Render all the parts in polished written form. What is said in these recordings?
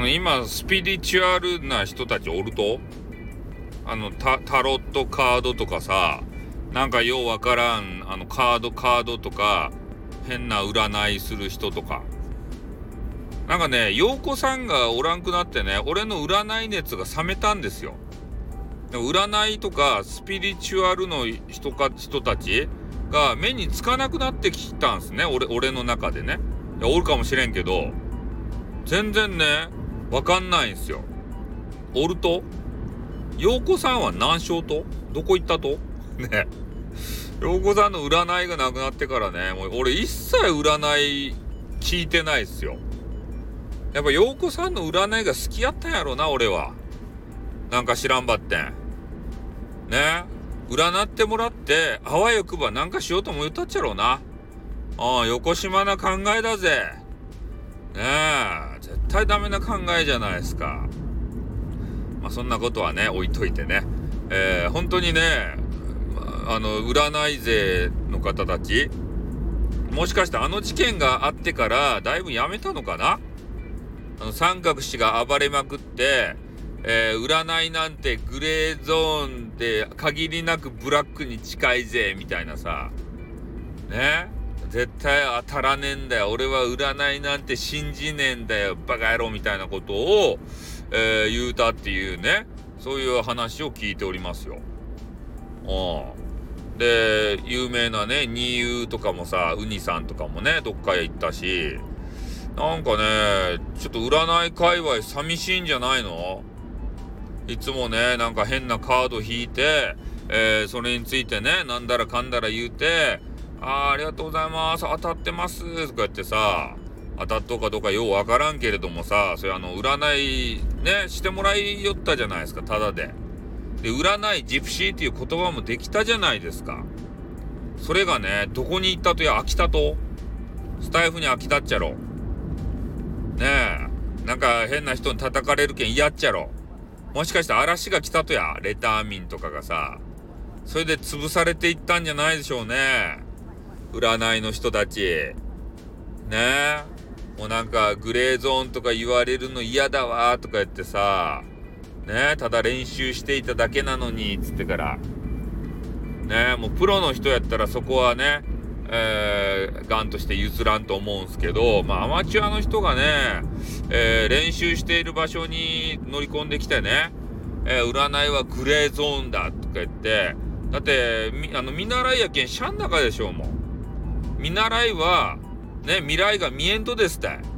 今スピリチュアルな人たちおると、タロットカードとかさ、なんかようわからんカードとか変な占いする人とか、なんかね、陽子さんがおらんくなってね、俺の占い熱が冷めたんですよ。占いとかスピリチュアルの人たちが目につかなくなってきたんですね。俺の中でね。いや、おるかもしれんけど、全然ね、わかんないんすよ。おると、陽子さんは何勝とどこ行ったとね。陽子さんの占いがなくなってからね、もう俺一切占い聞いてないっすよ。やっぱ陽子さんの占いが好きやったんやろな、俺は。なんか知らんばってん。ね。占ってもらって、あわよくばなんかしようとも言ったっちゃろうな。横島な考えだぜ。ねえ、絶対ダメな考えじゃないですか。まあそんなことはね、置いといてね。本当にね、占い勢の方たち、もしかして事件があってからだいぶやめたのかな。三角氏が暴れまくって、占いなんてグレーゾーンで限りなくブラックに近いぜみたいなさ、ね、絶対当たらねえんだよ、俺は占いなんて信じねえんだよ、バカ野郎みたいなことを、言うたっていうね、そういう話を聞いておりますよ。で、有名なね、ニーユーとかもさ、ウニさんとかもね、どっかへ行ったし、なんかね、ちょっと占い界隈寂しいんじゃないの？いつもね、なんか変なカード引いて、それについてね、なんだらかんだら言うて、ありがとうございます、当たってますとか言ってさ、当たっとうかどうかようわからんけれどもさ、それ占いね、してもらいよったじゃないですか、ただで。で、占いジプシーっていう言葉もできたじゃないですか。それがね、どこに行ったとや、飽きたと？スタイフに飽きたっちゃろ。ねえ、なんか変な人に叩かれるけん嫌っちゃろ。もしかして嵐が来たとや、レター民とかがさ、それで潰されていったんじゃないでしょうね。占いの人たち。ねえ。もうなんかグレーゾーンとか言われるの嫌だわとか言ってさ、ねえ、ただ練習していただけなのに、つってから。ねえ、もうプロの人やったらそこはね、ガンとして譲らんと思うんすけど、まあアマチュアの人がね、練習している場所に乗り込んできてね、占いはグレーゾーンだとか言って、だって見習いやけんシャン中でしょうもん。見習いはね、未来が見えんとですってね。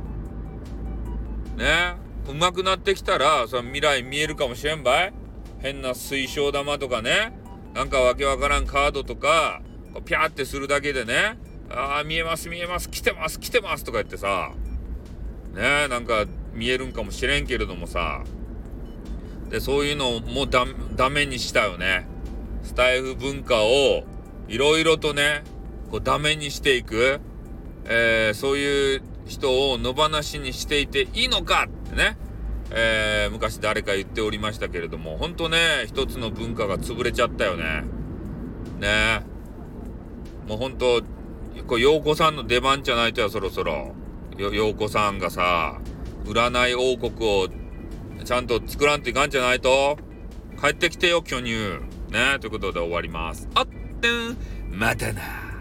上手くなってきたらその未来見えるかもしれんばい。変な水晶玉とかね、なんかわけわからんカードとかピャーってするだけでね、見えます見えます、来てます来てますとか言ってさ、ね、なんか見えるんかもしれんけれどもさ、でそういうのもダメにしたよね。スタイフ文化をいろいろとね、こうダメにしていく、そういう人を野放しにしていていいのかってね、昔誰か言っておりましたけれども、ほんとね、一つの文化が潰れちゃったよね。ね、もうほんとこう陽子さんの出番じゃないとや、そろそろ陽子さんがさ、占い王国をちゃんと作らんといかんじゃないと。帰ってきてよ巨乳ね、ということで終わります。あってん、またな。